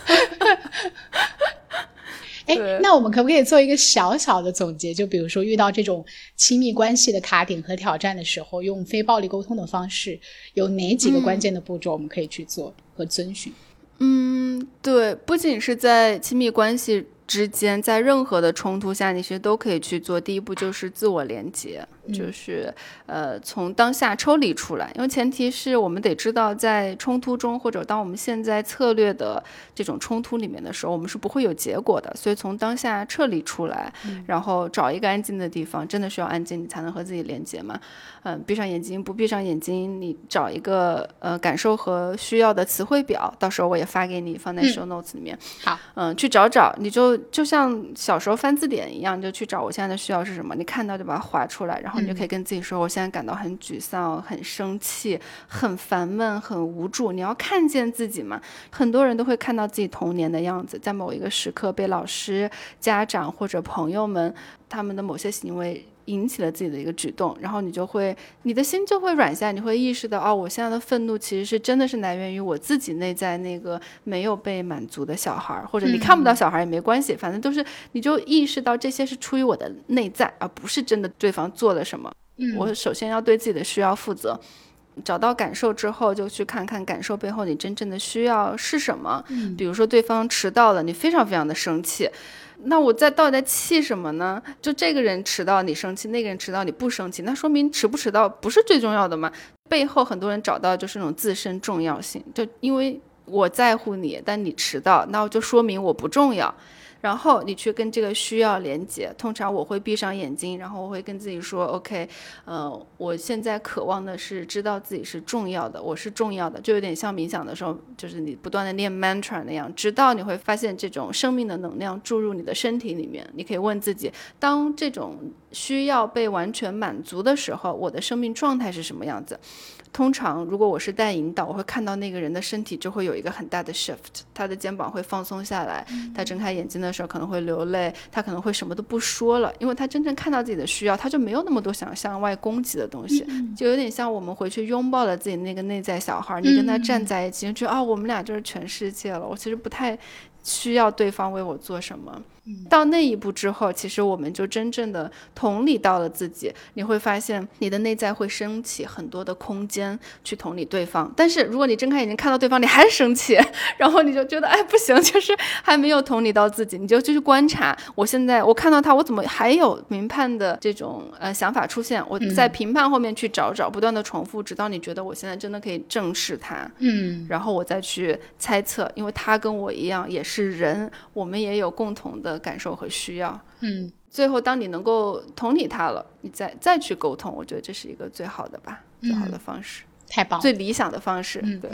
那我们可不可以做一个小小的总结，就比如说遇到这种亲密关系的卡点和挑战的时候，用非暴力沟通的方式有哪几个关键的步骤我们可以去做和遵循？ 对，不仅是在亲密关系之间，在任何的冲突下你其实都可以去做。第一步就是自我连结，就是从当下抽离出来，因为前提是我们得知道在冲突中或者当我们现在策略的这种冲突里面的时候我们是不会有结果的，所以从当下撤离出来，然后找一个安静的地方，真的需要安静你才能和自己连接嘛。闭上眼睛不闭上眼睛，你找一个感受和需要的词汇表，到时候我也发给你放在 show notes 里面。 好， 去找找，你就像小时候翻字典一样，就去找我现在的需要是什么，你看到就把它划出来，然后你就可以跟自己说我现在感到很沮丧很生气很烦闷很无助。你要看见自己嘛，很多人都会看到自己童年的样子，在某一个时刻被老师家长或者朋友们他们的某些行为引起了自己的一个举动，然后你的心就会软下，你会意识到我现在的愤怒其实是真的是来源于我自己内在那个没有被满足的小孩，或者你看不到小孩也没关系，反正都是你就意识到这些是出于我的内在，而不是真的对方做了什么。我首先要对自己的需要负责，找到感受之后就去看看感受背后你真正的需要是什么。比如说对方迟到了，你非常非常的生气，那我到底在气什么呢？就这个人迟到你生气，那个人迟到你不生气，那说明迟不迟到不是最重要的嘛。背后很多人找到就是那种自身重要性，就因为我在乎你，但你迟到，那我就说明我不重要。然后你去跟这个需要连接，通常我会闭上眼睛，然后我会跟自己说 OK， 我现在渴望的是知道自己是重要的，我是重要的，就有点像冥想的时候，就是你不断的念 mantra 那样，直到你会发现这种生命的能量注入你的身体里面。你可以问自己，当这种需要被完全满足的时候，我的生命状态是什么样子。通常如果我是带引导，我会看到那个人的身体就会有一个很大的 shift， 他的肩膀会放松下来，他睁开眼睛的的时候可能会流泪，他可能会什么都不说了，因为他真正看到自己的需要，他就没有那么多想向外攻击的东西，就有点像我们回去拥抱了自己那个内在小孩，你跟他站在一起，就觉得我们俩就是全世界了，我其实不太需要对方为我做什么。到那一步之后，其实我们就真正的同理到了自己，你会发现你的内在会升起很多的空间去同理对方。但是如果你睁开眼睛看到对方你还是生气，然后你就觉得不行，就是还没有同理到自己，你就去观察，我现在我看到他，我怎么还有评判的这种想法出现，我在评判后面去找，不断的重复，直到你觉得我现在真的可以正视他，然后我再去猜测，因为他跟我一样也是人，我们也有共同的感受和需要，最后当你能够同理他了，你再去沟通，我觉得这是一个最好的吧，最好的方式， 太棒了， 最理想的方式，对。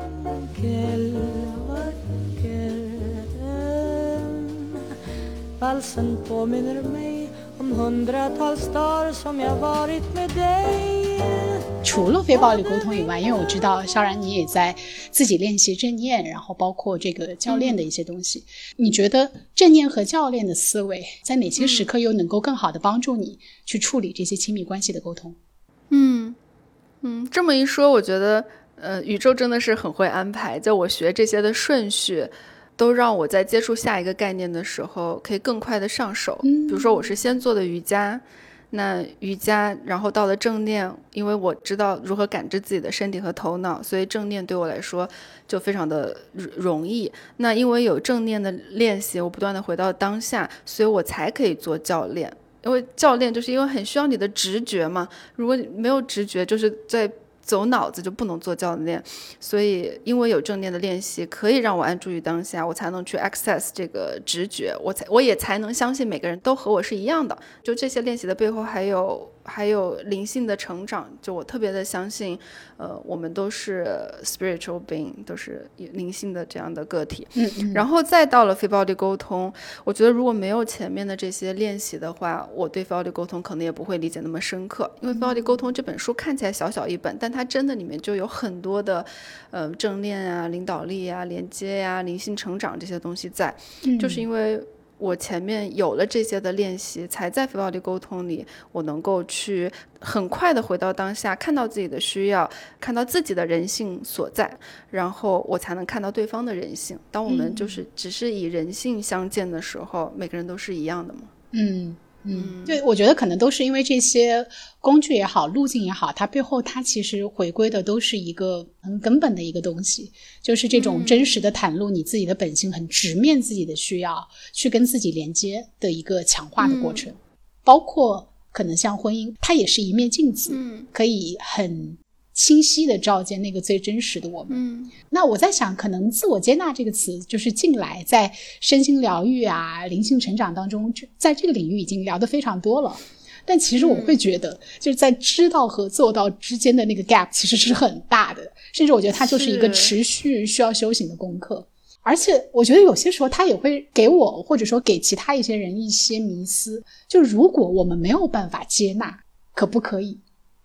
Valsen påminner mig om hundratals dagar som jag varit med dig。 除了非暴力沟通以外，因为我知道萧然你也在自己练习正念，然后包括这个教练的一些东西，你觉得正念和教练的思维在哪些时刻又能够更好的帮助你去处理这些亲密关系的沟通？ 这么一说，我觉得宇宙真的是很会安排，就我学这些的顺序都让我在接触下一个概念的时候可以更快的上手。比如说我是先做的瑜伽，那瑜伽然后到了正念，因为我知道如何感知自己的身体和头脑，所以正念对我来说就非常的容易。那因为有正念的练习，我不断的回到当下，所以我才可以做教练。因为教练就是因为很需要你的直觉嘛，如果你没有直觉，就是在走脑子，就不能做教练。所以因为有正念的练习可以让我安住于当下，我才能去 access 这个直觉，我也才能相信每个人都和我是一样的。就这些练习的背后还有灵性的成长，就我特别的相信我们都是 spiritual being， 都是灵性的这样的个体。然后再到了非暴力沟通，我觉得如果没有前面的这些练习的话，我对非暴力沟通可能也不会理解那么深刻。因为非暴力沟通这本书看起来小小一本，但它真的里面就有很多的正念啊、领导力啊、连接啊、灵性成长这些东西在，就是因为我前面有了这些的练习，才在非暴力沟通里我能够去很快的回到当下，看到自己的需要，看到自己的人性所在，然后我才能看到对方的人性。当我们就是只是以人性相见的时候，每个人都是一样的嘛。 对，我觉得可能都是因为这些工具也好，路径也好，它背后它其实回归的都是一个很根本的一个东西，就是这种真实的袒露你自己的本性，很直面自己的需要，去跟自己连接的一个强化的过程。包括可能像婚姻，它也是一面镜子，可以很清晰的照见那个最真实的我们。那我在想，可能自我接纳这个词就是近来在身心疗愈啊、灵性成长当中，在这个领域已经聊得非常多了。但其实我会觉得就是在知道和做到之间的那个 gap 其实是很大的，甚至我觉得它就是一个持续需要修行的功课。而且我觉得有些时候它也会给我或者说给其他一些人一些迷思，就如果我们没有办法接纳，可不可以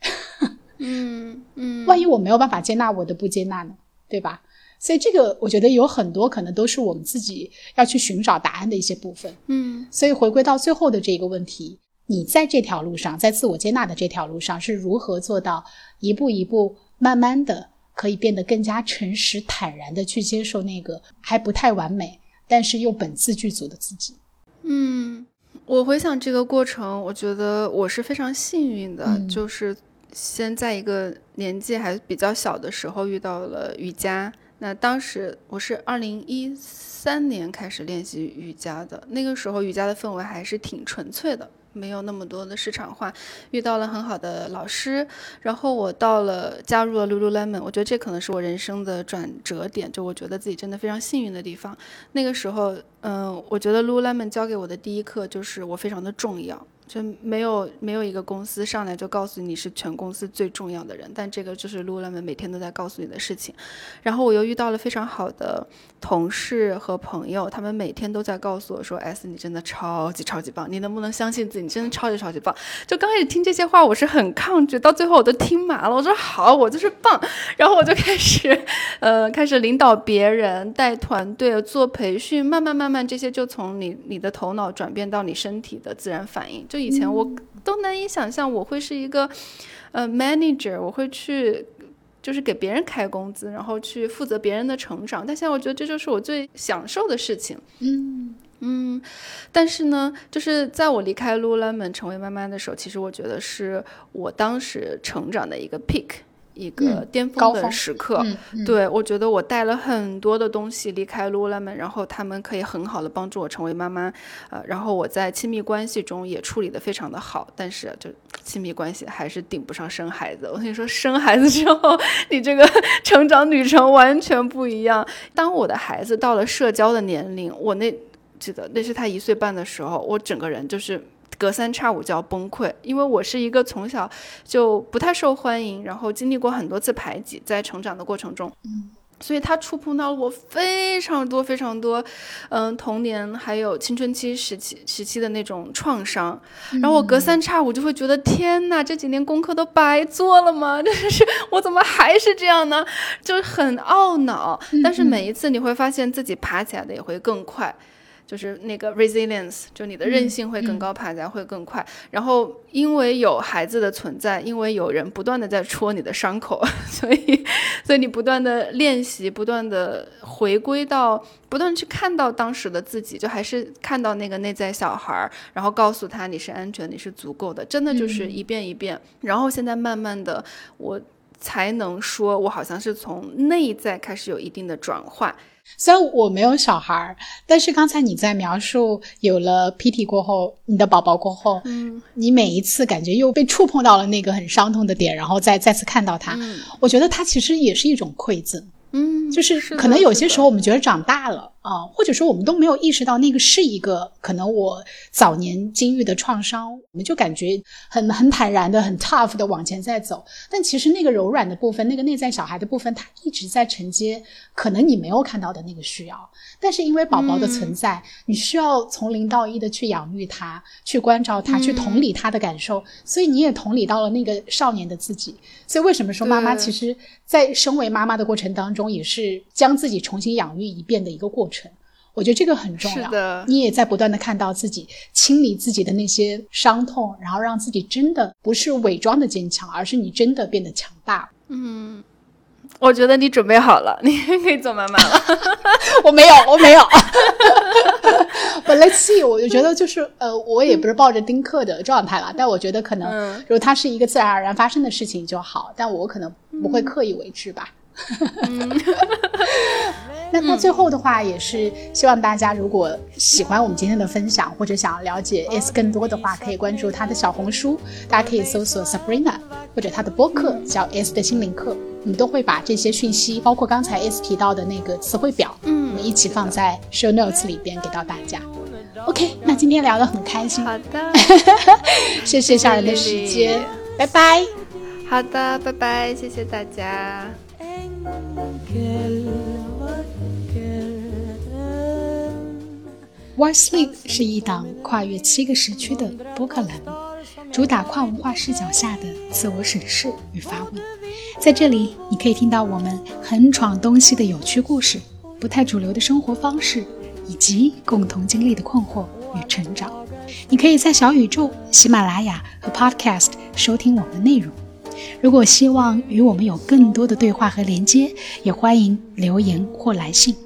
万一我没有办法接纳我的不接纳呢，对吧？所以这个我觉得有很多可能都是我们自己要去寻找答案的一些部分。所以回归到最后的这个问题，你在这条路上，在自我接纳的这条路上，是如何做到一步一步慢慢的可以变得更加诚实坦然的去接受那个还不太完美但是又本自具足的自己？ 我回想这个过程，我觉得我是非常幸运的，就是先在一个年纪还比较小的时候遇到了瑜伽。那当时我是2013年开始练习瑜伽的，那个时候瑜伽的氛围还是挺纯粹的，没有那么多的市场化，遇到了很好的老师，然后我加入了 Lululemon， 我觉得这可能是我人生的转折点，就我觉得自己真的非常幸运的地方。那个时候我觉得 Lululemon 教给我的第一课就是我非常的重要， 就没有一个公司上来就告诉你是全公司最重要的人，但这个就是 Lululemon 每天都在告诉你的事情。然后我又遇到了非常好的同事和朋友，他们每天都在告诉我说 S 你真的超级超级棒，你能不能相信自己，你真的超级超级棒。就刚开始听这些话我是很抗拒，到最后我都听麻了，我说好，我就是棒。然后我就开始领导别人，带团队，做培训，慢慢这些就从你的头脑转变到你身体的自然反应。就以前我都难以想象我会是一个manager， 我会去就是给别人开工资，然后去负责别人的成长，但现在我觉得这就是我最享受的事情。但是呢，就是在我离开 Lululemon 成为妈妈的时候，其实我觉得是我当时成长的一个 peak，一个巅峰的时刻。对，我觉得我带了很多的东西离开 Lululemon， 然后他们可以很好的帮助我成为妈妈，然后我在亲密关系中也处理得非常的好，但是就亲密关系还是顶不上生孩子。我跟你说，生孩子之后你这个成长旅程完全不一样。当我的孩子到了社交的年龄，我记得那是他1岁半的时候，我整个人就是隔三差五就要崩溃，因为我是一个从小就不太受欢迎，然后经历过很多次排挤，在成长的过程中，所以他触碰到了我非常多非常多，童年还有青春期时期的那种创伤，然后我隔三差五就会觉得天哪，这几年功课都白做了吗？就是我怎么还是这样呢？就很懊恼。但是每一次你会发现自己爬起来的也会更快。就是那个 resilience， 就你的韧性会更高，爬起来会更快。然后因为有孩子的存在，因为有人不断的在戳你的伤口，所以你不断的练习，不断的回归到，不断去看到当时的自己，就还是看到那个内在小孩，然后告诉他你是安全，你是足够的，真的就是一遍一遍。然后现在慢慢的我才能说我好像是从内在开始有一定的转化。 虽然我没有小孩，但是刚才你在描述有了 PT 过后，你的宝宝过后，你每一次感觉又被触碰到了那个很伤痛的点，然后再次看到它，我觉得它其实也是一种馈赠。就是可能有些时候我们觉得长大了或者说我们都没有意识到那个是一个可能我早年经历的创伤，我们就感觉很坦然的很 tough 的往前在走，但其实那个柔软的部分，那个内在小孩的部分，它一直在承接可能你没有看到的那个需要。但是因为宝宝的存在，你需要从0到1的去养育他，去关照他，去同理他的感受，所以你也同理到了那个少年的自己。所以为什么说妈妈其实在身为妈妈的过程当中，也是将自己重新养育一遍的一个过程。我觉得这个很重要。 是的， 你也在不断的看到自己，清理自己的那些伤痛，然后让自己真的不是伪装的坚强，而是你真的变得强大。 我觉得你准备好了，你可以做妈妈了。 我没有But let's see， 我就觉得就是我也不是抱着丁克的状态了，但我觉得可能如果它是一个自然而然发生的事情就好，但我可能不会刻意为之吧。那最后的话也是希望大家如果喜欢我们今天的分享，或者想了解 S 更多的话，可以关注她的小红书，大家可以搜索 Sabrina， 或者她的播客叫 S 的心灵课，我们都会把这些讯息，包括刚才 S 提到的那个词汇表，我们一起放在 show notes 里边给到大家。OK， 那今天聊得很开心。 好的， 谢谢校园的时间，拜拜。 好的，拜拜，谢谢大家。 Why Sleep 是一档跨越7个时区的播客栏目，主打跨文化视角下的自我审视与发问。在这里，你可以听到我们很闯东西的有趣故事，不太主流的生活方式，以及共同经历的困惑与成长。你可以在小宇宙、喜马拉雅和 Podcast 收听我们的内容。如果希望与我们有更多的对话和连接，也欢迎留言或来信。